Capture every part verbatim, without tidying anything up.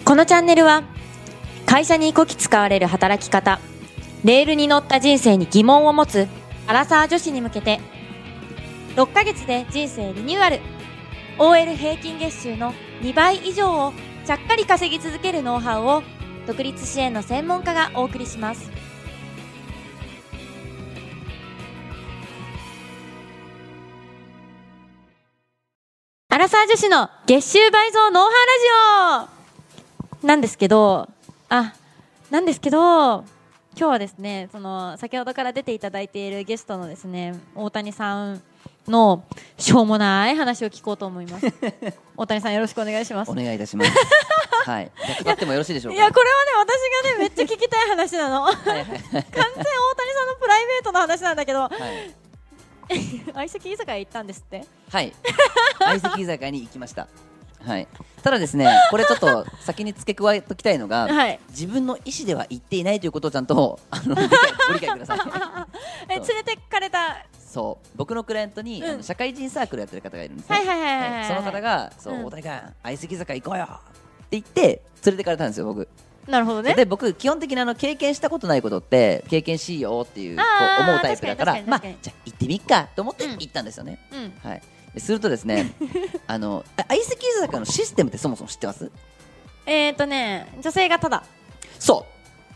このチャンネルは会社にこき使われる働き方、レールに乗った人生に疑問を持つアラサー女子に向けて、ろっかげつで人生リニューアル、 オーエル 平均月収のにばい以上をちゃっかり稼ぎ続けるノウハウを独立支援の専門家がお送りします。アラサー女子の月収倍増ノウハウラジオなんですけど、あ、なんですけど、今日はですね、その先ほどから出ていただいているゲストのですね、大谷さんのしょうもない話を聞こうと思います。大谷さん、よろしくお願いします。 お願いいたします。はい。じゃあ語ってもよろしいでしょうか。 いや、これはね、私がね、めっちゃ聞きたい話なの。はいはい、完全大谷さんのプライベートの話なんだけど、はい、相席居酒屋行ったんですって。 はい。相席居酒屋に行きました。はい。ただですね、これちょっと先に付け加えておきたいのが、はい、自分の意思では言っていないということをちゃんとあのご理解、ご理解ください。 え、連れてかれた。 そう、僕のクライアントに、うん、あの社会人サークルやってる方がいるんですね。 はいはいはいはい、 その方が、そう、うん、大谷君、相席居酒屋行こうよって言って連れてかれたんですよ、僕。 なるほどね。 で、僕基本的にあの経験したことないことって経験しようっていうこう思うタイプだから、まあじゃあ行ってみっかと思って行ったんですよね。うん、はい。するとですね、あの相席居酒屋のシステムってそもそも知ってます？ えっとね、女性がただ。 そう。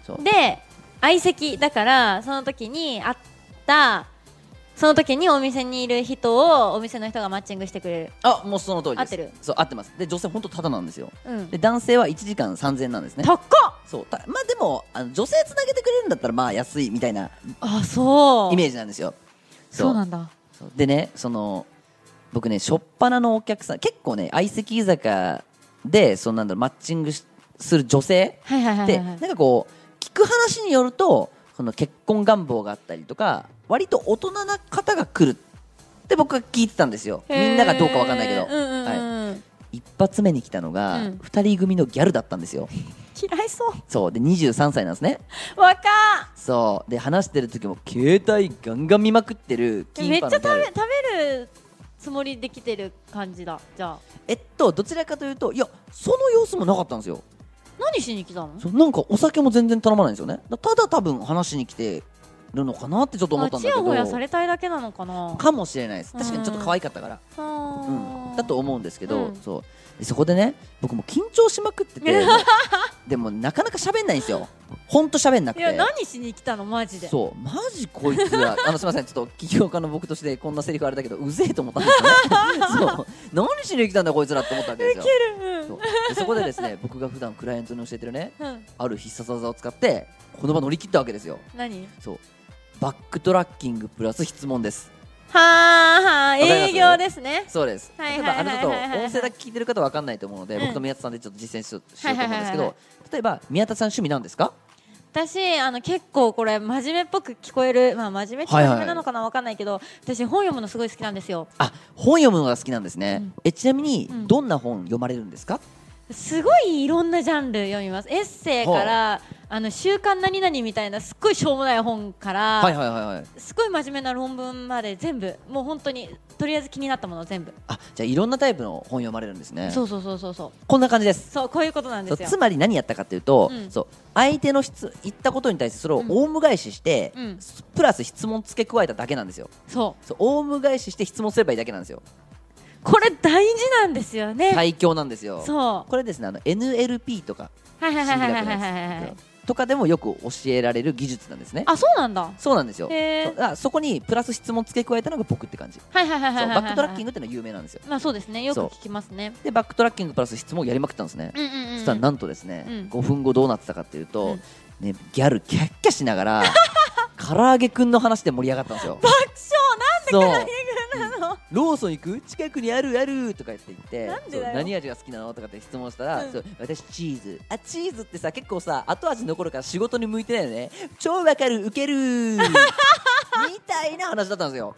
そうで、相席だからその時に会ったその時にお店にいる人をお店の人がマッチングしてくれる。 あ、もうその通りです。 合ってる？ そう、合ってます。で、女性本当ただなんですよ。うん、で、男性はいちじかんさんぜんえんなんですね。 高っ。 そう、たまあでもあの女性つなげてくれるんだったらまあ安いみたいな、 あ、そうイメージなんですよ。 そう、そうなんだ。 そうでね、その僕ね、初っ端のお客さん結構ね、相席居酒屋でそのなんだろうマッチングする女性ってなんかこう聞く話によると、この結婚願望があったりとか割と大人な方が来るって僕は聞いてたんですよ。みんながどうかわかんないけど、うんうんうん、はい、一発目に来たのが、うん、ふたり組のギャルだったんですよ。 嫌いそう。 そうでにじゅうさんさいなんですね。 若っ。 そうで話してる時も携帯ガンガン見まくってるキンパのギャル。 めっちゃ食べ、食べるつもりできてる感じだ。じゃあえっとどちらかというと、いやその様子もなかったんですよ。 何しに来たの？ そう、なんかお酒も全然頼まないんですよね。ただ多分話しに来てるのかなってちょっと思ったんだけど、 ちやほやされたいだけなのかな。 かもしれないです。確かにちょっと可愛かったから、うん、だと思うんですけど、うん、そうでそこでね、僕も緊張しまくっててでもなかなか喋んないんですよ。ほんと喋んなくて。 いや、何しに来たのマジで。 そう、マジこいつはあのすみません、ちょっと起業家の僕としてこんなセリフあれだけどうぜえと思ったんですよね。そう、何しに来たんだこいつらって思ったわけですよ。 うん、 そうでそこでですね、僕が普段クライアントに教えてるね、うん、ある必殺技を使ってこの場乗り切ったわけですよ。 何？ そう、バックトラッキングプラス質問です。 はーはー、営業ですね。 そうです。例えばあのちょっと音声だけ聞いてる方は分かんないと思うので、うん、僕と宮田さんでちょっと実践しようと思うんですけど、例えば宮田さん趣味なんですか？ 私あの結構これ真面目っぽく聞こえる、まあ真面目って真面目なのかな、分かんないけど、私本読むのすごい好きなんですよ。 あ、本読むのが好きなんですね。うん、えちなみにどんな本読まれるんですか？ すごいいろんなジャンル読みます。エッセイからあの週刊何々みたいなすっごいしょうもない本から、はいはいはいはい、すごい真面目な論文まで全部、もう本当にとりあえず気になったもの全部。 あ、じゃあいろんなタイプの本読まれるんですね。 そうそうそうそうそう。 こんな感じです。 そう、こういうことなんですよ。 つまり何やったかというと、うん、そう相手の質言ったことに対してそれをオウム返しして、うん、プラス質問付け加えただけなんですよ。 そう、 そうオウム返しして質問すればいいだけなんですよ。 これ大事なんですよね。 最強なんですよ。 そうこれですね、あの エヌエルピー とか心理学のやつとかでもよく教えられる技術なんですね。 あ、そうなんだ。 そうなんですよ。そ, あそこにプラス質問付け加えたのが僕って感じ。 はいはいはいはいはい、 バックトラッキングってのは有名なんですよ。 まあそうですね、よく聞きますね。 でバックトラッキングプラス質問をやりまくったんですね。うんうんうん、そしたらなんとですね、うん、ごふんごどうなってたかっていうと、うん、ね、ギャルキャッキャしながら唐揚げくんの話で盛り上がったんですよ。 爆笑。なんで唐揚げくんなの？ ローソン行く？近くにあるあるとか言って言って、 なんでだよ、 何味が好きなのとかって質問したら、うん、そう私チーズ。あ、チーズってさ結構さ後味残るから仕事に向いてないよね。超わかる、ウケるみたいな話だったんですよ。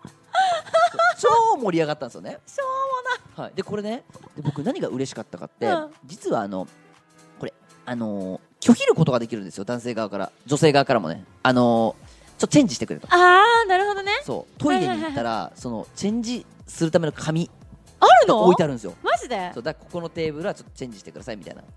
超盛り上がったんですよね。 しょうもな、 はい、でこれね、で僕何が嬉しかったかって、うん、実はあのこれあのー、拒否ることができるんですよ。男性側から女性側からもね、あのー、ちょっとチェンジしてくれと。 あー、なるほどね。 そうトイレに行ったら、はいはいはいはい、そのチェンジするための紙あるの？ 置いてあるんですよ。 マジで？ そうだ、ここのテーブルはちょっとチェンジしてくださいみたいな。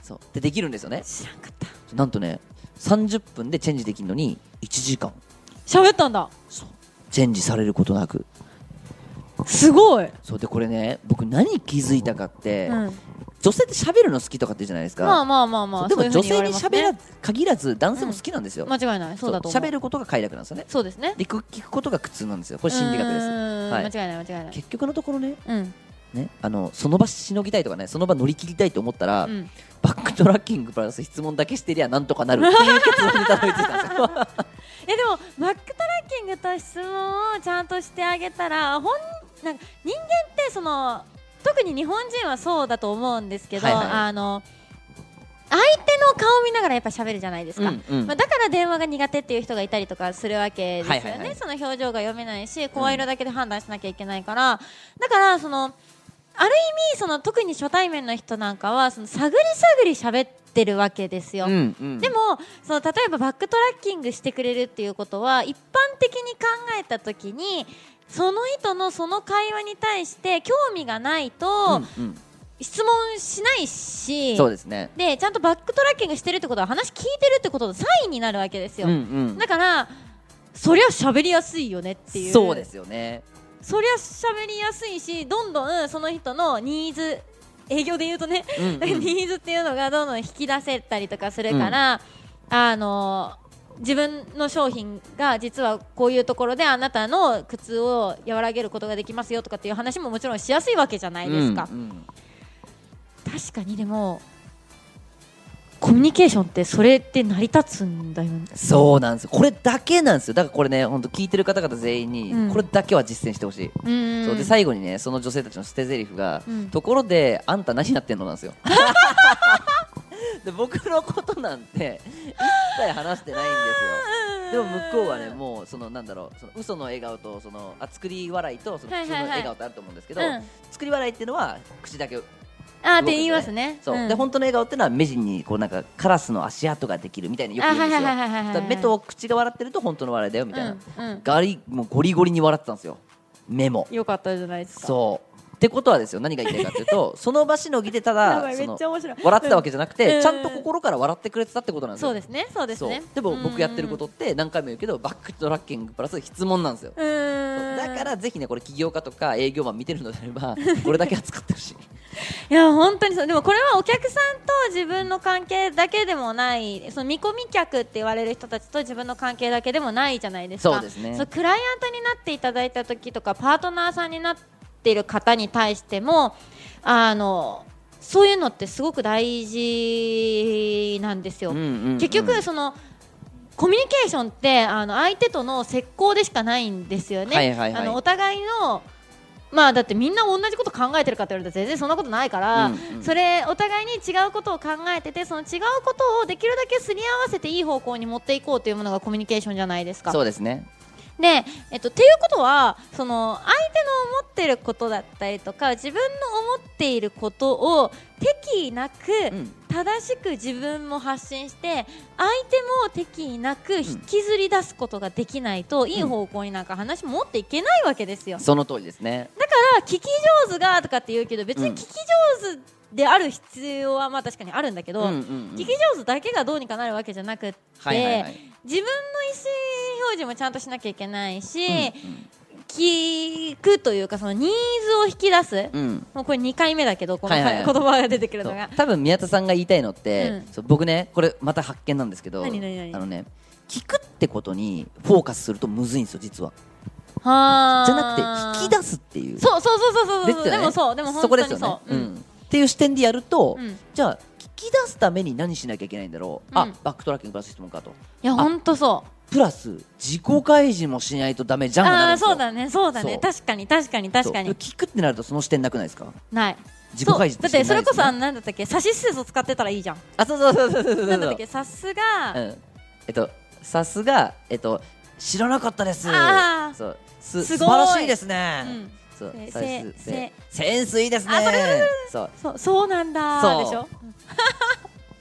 そうでできるんですよね。 知らんかった。 なんとねさんじゅっぷんでチェンジできるのにいちじかん喋ったんだ。 そうチェンジされることなく。 すごい。 そうでこれね僕何気づいたかって、 うん、 女性って喋るの好きとかって言うじゃないですか。 まあまあまあまあ。 でも女性に喋ら限らず男性も好きなんですよ、 うん、間違いない。そうだと思う。 喋ることが快楽なんですよね。 そうですね。 で聞くことが苦痛なんですよ。これ心理学です。 はい、間違いない間違いない。 結局のところね、 うんね、あのその場しのぎたいとかねその場乗り切りたいと思ったら、うん、バックトラッキングプラス質問だけしてりゃなんとかなるっていう結論にたどり着いたんですよえでもバックトラッキングと質問をちゃんとしてあげたら本なんか人間ってその特に日本人はそうだと思うんですけど、はいはい、あの相手の顔を見ながらやっぱ喋るじゃないですか、うんうん、まあ、だから電話が苦手っていう人がいたりとかするわけですよね、はいはいはい、その表情が読めないし声色だけで判断しなきゃいけないから、うん、だからそのある意味その特に初対面の人なんかはその探り探り喋ってるわけですよ、うんうん、でもその例えばバックトラッキングしてくれるっていうことは一般的に考えた時にその人のその会話に対して興味がないと、うんうん、質問しないし、 そうですね。 でちゃんとバックトラッキングしてるってことは話聞いてるってことのサインになるわけですよ、うんうん、だからそりゃ喋りやすいよねっていう。 そうですよね。 そりゃ喋りやすいしどんどんその人のニーズ営業で言うとね、うんうん、ニーズっていうのがどんどん引き出せたりとかするから、うん、あの自分の商品が実はこういうところであなたの苦痛を和らげることができますよとかっていう話ももちろんしやすいわけじゃないですか、うんうん、確かに。でもコミュニケーションってそれって成り立つんだよね。 そうなんですよ。これだけなんですよ。だからこれね本当聞いてる方々全員にこれだけは実践してほしい、うん、そうで最後にねその女性たちの捨て台詞が、うん、ところであんた何やってんのなんですよで僕のことなんて一切話してないんですよ。でも向こうはねもうそのなんだろうその嘘の笑顔とそのあ作り笑いとその普通の笑顔ってあると思うんですけど、はいはいはい、作り笑いっていうのは口だけあーって言いますね。 そう、うん、で本当の笑顔っていうのは目地にこうなんかカラスの足跡ができるみたいによく言うんですよ。だから目と口が笑ってると本当の笑いだよみたいな、うんうん、ガリもうゴリゴリに笑ってたんですよ目も。 よかったじゃないですか。 そうってことはですよ何が言いたいかというとその場しのぎでただその笑ってたわけじゃなくて、うん、ちゃんと心から笑ってくれてたってことなんですよ。 そうですねそうですね。 でも僕やってることって何回も言うけどバックトラッキングプラス質問なんですよ。うーんだからぜひねこれ起業家とか営業マン見てるのであればこれだけは使ってほしいいや本当にそう。でもこれはお客さんと自分の関係だけでもないその見込み客って言われる人たちと自分の関係だけでもないじゃないですか。 そうですね。 そうクライアントになっていただいた時とかパートナーさんになっている方に対してもあのそういうのってすごく大事なんですよ、うんうんうん、結局そのコミュニケーションってあの相手との折衝でしかないんですよね、はいはいはい、あのお互いのまあだってみんな同じこと考えてるかって言われたら全然そんなことないから、うんうん、それお互いに違うことを考えててその違うことをできるだけすり合わせていい方向に持っていこうというものがコミュニケーションじゃないですか。 そうですね。 で、えっと、っていうことはその相手の思っていることだったりとか自分の思っていることを適宜なく、うん、正しく自分も発信して相手も適宜なく引きずり出すことができないと、うん、いい方向になんか話持っていけないわけですよ。 その通りですね。 だから聞き上手がとかって言うけど別に聞き上手である必要はまあ確かにあるんだけど、うんうんうん、聞き上手だけがどうにかなるわけじゃなくって、はいはいはい、自分の意思表示もちゃんとしなきゃいけないし、うんうん、聞くというかそのニーズを引き出す、うん、もうこれにかいめだけどこの、はいはいはい、言葉が出てくるのが多分宮田さんが言いたいのって、うん、そう僕ねこれまた発見なんですけど何何何あのね聞くってことにフォーカスするとむずいんですよ実は。 はじゃなくて引き出すっていうそうそうそうそうそうそう、 ね、 でもそうでも本当にそうそこですよね、うんうん、っていう視点でやると、うん、じゃあ聞き出すために何しなきゃいけないんだろう、うん、あバックトラッキングプラス質問かと。 いや本当そうプラス自己開示もしないとダメじゃんがなるんですよ。 あそうだねそうだね確かに確かに確かに聞くってなるとその視点なくないですか。 ない自己開示ってだってそれこそ何だったっけサシスセソ使ってたらいいじゃん。 あそうそうそうそうそうそうなんだったっけさすが、 うん、えっとさすがえっと知らなかったです。 あそうす素晴らしいですね、うん、そうせせセンスいいですね。 あそれそれそうそうそうなんだでしょ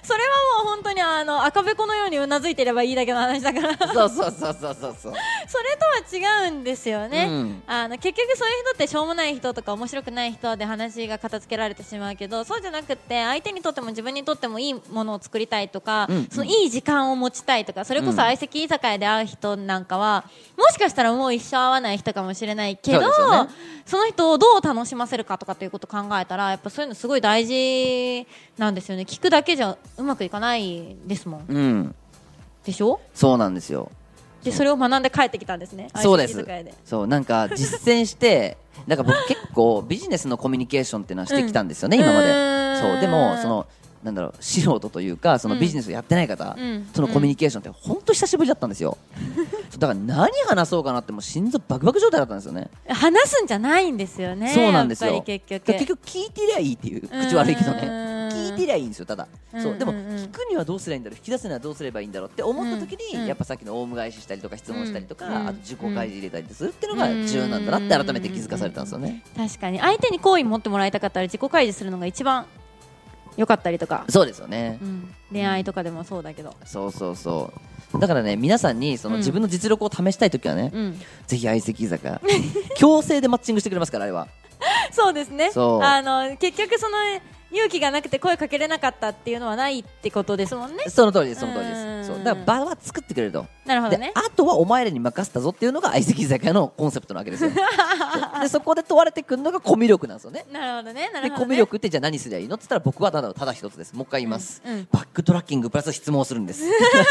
それはもう本当にあの赤べこのようにうなずいてればいいだけの話だからそうそうそうそうそうそう。 それとは違うんですよね、うん、あの結局そういう人ってしょうもない人とか面白くない人で話が片付けられてしまうけど、そうじゃなくて相手にとっても自分にとってもいいものを作りたいとか、うんうん、そのいい時間を持ちたいとか、それこそ相席居酒屋で会う人なんかはもしかしたらもう一生会わない人かもしれないけど、 そ,、ね、その人をどう楽しませるかとかということを考えたらやっぱそういうのすごい大事なんですよね。聞くだけじゃうまくいかないですもん、うん、でしょ。 そうなんですよ。 でそれを学んで帰ってきたんですね。 そうです。そうなんか実践してなんか僕結構ビジネスのコミュニケーションっていうのはしてきたんですよね、うん、今まで。そうでもそのなんだろう素人というかそのビジネスをやってない方、うん、そのコミュニケーションって本当久しぶりだったんですよ、うん、だから何話そうかなってもう心臓バクバク状態だったんですよね。 話すんじゃないんですよね。 そうなんですよ。 結局結局聞いてりゃいいっていう口悪いけどね、聞いてりゃいいんですよ。ただ、うん、そうでも聞くにはどうすればいいんだろう、引き出すにはどうすればいいんだろうって思った時に、うん、やっぱさっきのオウム返ししたりとか質問したりとか、うん、あと自己開示入れたりするっていうのが重要なんだなって改めて気づかされたんですよね、 うん、確かに相手に好意持ってもらいたかったら自己開示するのが一番よかったりとか。 そうですよね、 うん、恋愛とかでもそうだけど、 そうそうそうだからね皆さんにその自分の実力を試したいときはね、うん、ぜひ相席居酒屋強制でマッチングしてくれますからあれはそうですね。あの結局その勇気がなくて声かけれなかったっていうのはないってことですもんね。 その通りですその通りです。そうだから場は作ってくれると。 なるほどね。 であとはお前らに任せたぞっていうのが相席居酒屋のコンセプトなわけですよでそこで問われてくるのがコミュ力なんですよね。 なるほどね。なるほどね。 でコミュ力ってじゃあ何すりゃいいのって言ったら僕はただただ一つです。もう一回言います、うんうん、バックトラッキングプラス質問をするんです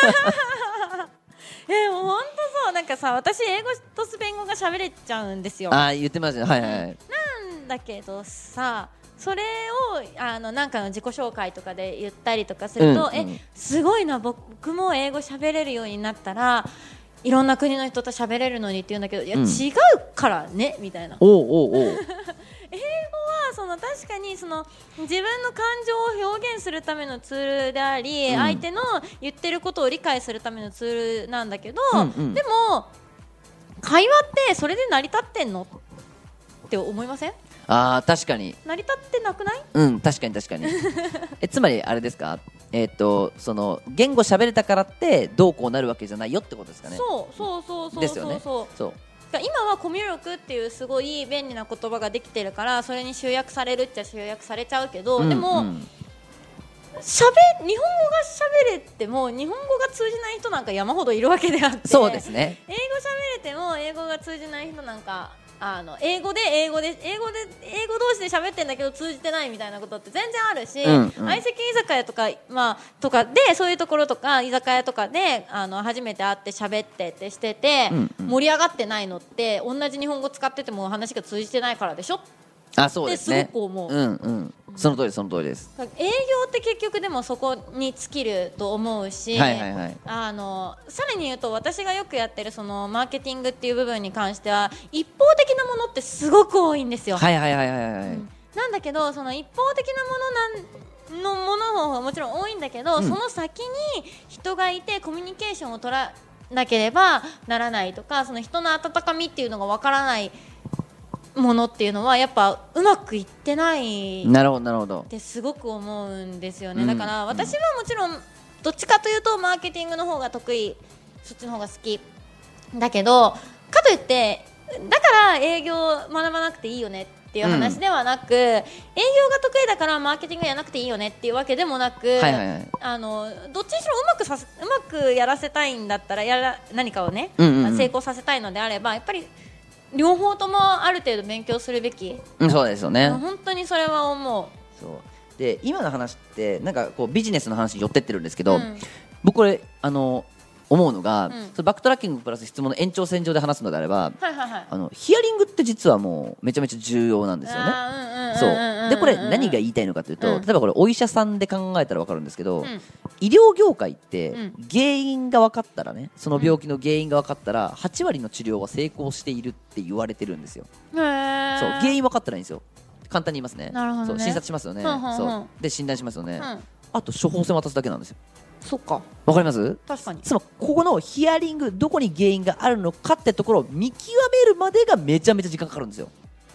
えー、もう本当そうなんかさ私英語とスペイン語が喋れちゃうんですよ。 ああ言ってますね。はいはい、はい、 なんだけどさそれをあのなんかの自己紹介とかで言ったりとかすると、うんうん、えすごいな僕も英語喋れるようになったらいろんな国の人と喋れるのにって言うんだけどいや、うん、違うからねみたいな。 おうおうおう英語はその確かにその自分の感情を表現するためのツールであり、うん、相手の言ってることを理解するためのツールなんだけど、うんうん、でも会話ってそれで成り立ってんのって思いません？ あー確かに成り立ってなくない？ うん確かに確かにえつまりあれですか、えー、とその言語喋れたからってどうこうなるわけじゃないよってことですかね。 そうそうそうそうですよね。 そうそう今はコミュ力っていうすごい便利な言葉ができてるからそれに集約されるっちゃ集約されちゃうけど、うんうん、でもしゃべ日本語がしゃべれても日本語が通じない人なんか山ほどいるわけであって、 そうですね。 英語しゃべれても英語が通じない人なんかあの英語で英語で英語で英語同士で喋ってんだけど通じてないみたいなことって全然あるし、うんうん、相席居酒屋とか、まあ、とかでそういうところとか居酒屋とかであの初めて会って喋ってってしてて、うんうん、盛り上がってないのって同じ日本語使ってても話が通じてないからでしょ。 あそうですね。 すごく思う、 うんうん、その通りその通りです。 営業って結局でもそこに尽きると思うし、 はいはいはい、 あのさらに言うと私がよくやってるそのマーケティングっていう部分に関しては一方的なものってすごく多いんですよ。 はいはいはいはいはい、うん、 なんだけどその一方的なものなんのものの方がもちろん多いんだけど、うん、その先に人がいてコミュニケーションを取らなければならないとかその人の温かみっていうのがわからないものっていうのはやっぱうまくいってないなるほどなるほどってすごく思うんですよね、うん、だから私はもちろんどっちかというとマーケティングの方が得意そっちの方が好きだけどかといってだから営業学ばなくていいよねっていう話ではなく、うん、営業が得意だからマーケティングやらなくていいよねっていうわけでもなく、はいはいはい、あのどっちにしろうまくさうまくやらせたいんだったらやら何かをね、うんうんうん、成功させたいのであればやっぱり両方ともある程度勉強するべき、 うん、そうですよね。 本当にそれは思う。 そうで今の話ってなんかこうビジネスの話に寄ってってるんですけど、うん、僕これあの思うのが、うん、そのバックトラッキングプラス質問の延長線上で話すのであれば、はいはいはい、あのヒアリングって実はもうめちゃめちゃ重要なんですよね。そうでこれ何が言いたいのかというと、うん、例えばこれお医者さんで考えたら分かるんですけど、うん、医療業界って原因が分かったらねその病気の原因が分かったらはち割の治療は成功しているって言われてるんですよ。そう原因分かったらいいんですよ。簡単に言います ね, ねそう診察しますよね、うんうんうん、そうで診断しますよね、うん、あと処方箋渡すだけなんですよ。 そっかわかります。 確かにつまりここのヒアリングどこに原因があるのかってところを見極めるまでがめちゃめちゃ時間かかるんですよ。 だ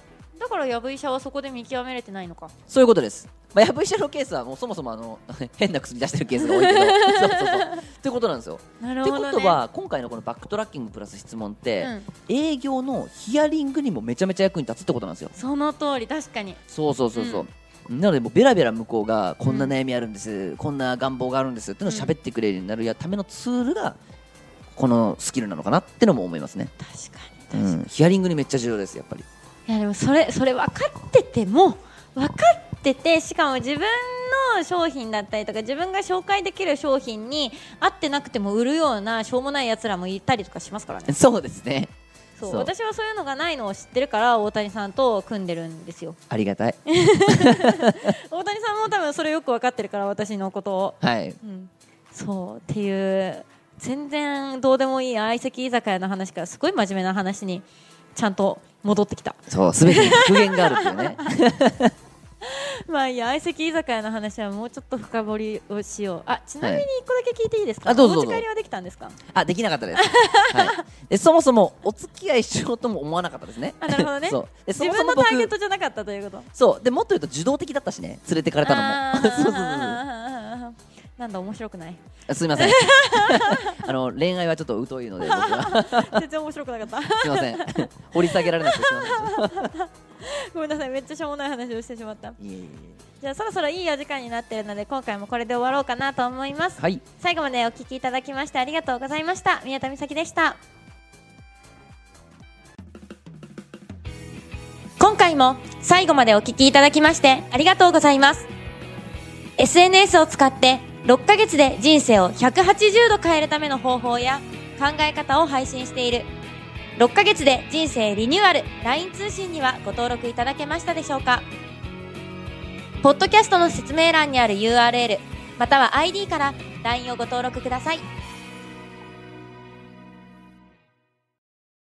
だからヤブ医者はそこで見極めれてないのか。 そういうことです。まあ、ヤブ医者のケースはもうそもそもあの変な薬出してるケースが多いけどそうそうそうってことなんですよ。 なるほどね。 ってことは今回のこのバックトラッキングプラス質問って、 うん、営業のヒアリングにもめちゃめちゃ役に立つってことなんですよ。 その通り、確かに。 そうそうそうそう、うん、なのでもうベラベラ向こうがこんな悩みあるんです、うん、こんな願望があるんですっていうのを喋ってくれるようになるためのツールがこのスキルなのかなってのも思いますね。 確かに確かに、うん、 ヒアリングにめっちゃ重要ですやっぱり。 いやでもそれそれ分かってても分かってて、しかも自分の商品だったりとか自分が紹介できる商品に合ってなくても売るようなしょうもないやつらもいたりとかしますからね。 そうですね。 そうそう、私はそういうのがないのを知ってるから大谷さんと組んでるんですよ。 ありがたい大谷さんも多分それよく分かってるから、私のことを。 はい、 うん、そうっていう全然どうでもいい相席居酒屋の話からすごい真面目な話にちゃんと戻ってきた。 そう、全てに復元があるっていうねまあいいや、相席居酒屋の話はもうちょっと深掘りをしよう。あ、ちなみに一個だけ聞いていいですか。 はい、あ、どうぞどうぞ。 お持ち帰りはできたんですか。 あ、できなかったです、はい、でそもそもお付き合いしようとも思わなかったですね。 あ、なるほどね。 そうで自分のターゲットじゃなかったということ。 そうで、もっと言うと受動的だったしね、連れてかれたのもそうそうそうそう、 なんだ面白くない。 すみませんあの恋愛はちょっと疎いので僕は全然面白くなかったすみません掘り下げられなくてすみませんごめんなさい、めっちゃしょうもない話をしてしまった。 いえいえいえ。 じゃあそろそろいいお時間になっているので今回もこれで終わろうかなと思います、 はい、 最後までお聞きいただきましてありがとうございました。宮田美咲でした。今回も最後までお聞きいただきましてありがとうございます。 エスエヌエス を使ってろっかげつで人生をひゃくはちじゅうど変えるための方法や考え方を配信しているろっかげつで人生リニューアル ライン 通信にはご登録いただけましたでしょうか。ポッドキャストの説明欄にある ユーアールエル または アイディー から ライン をご登録ください。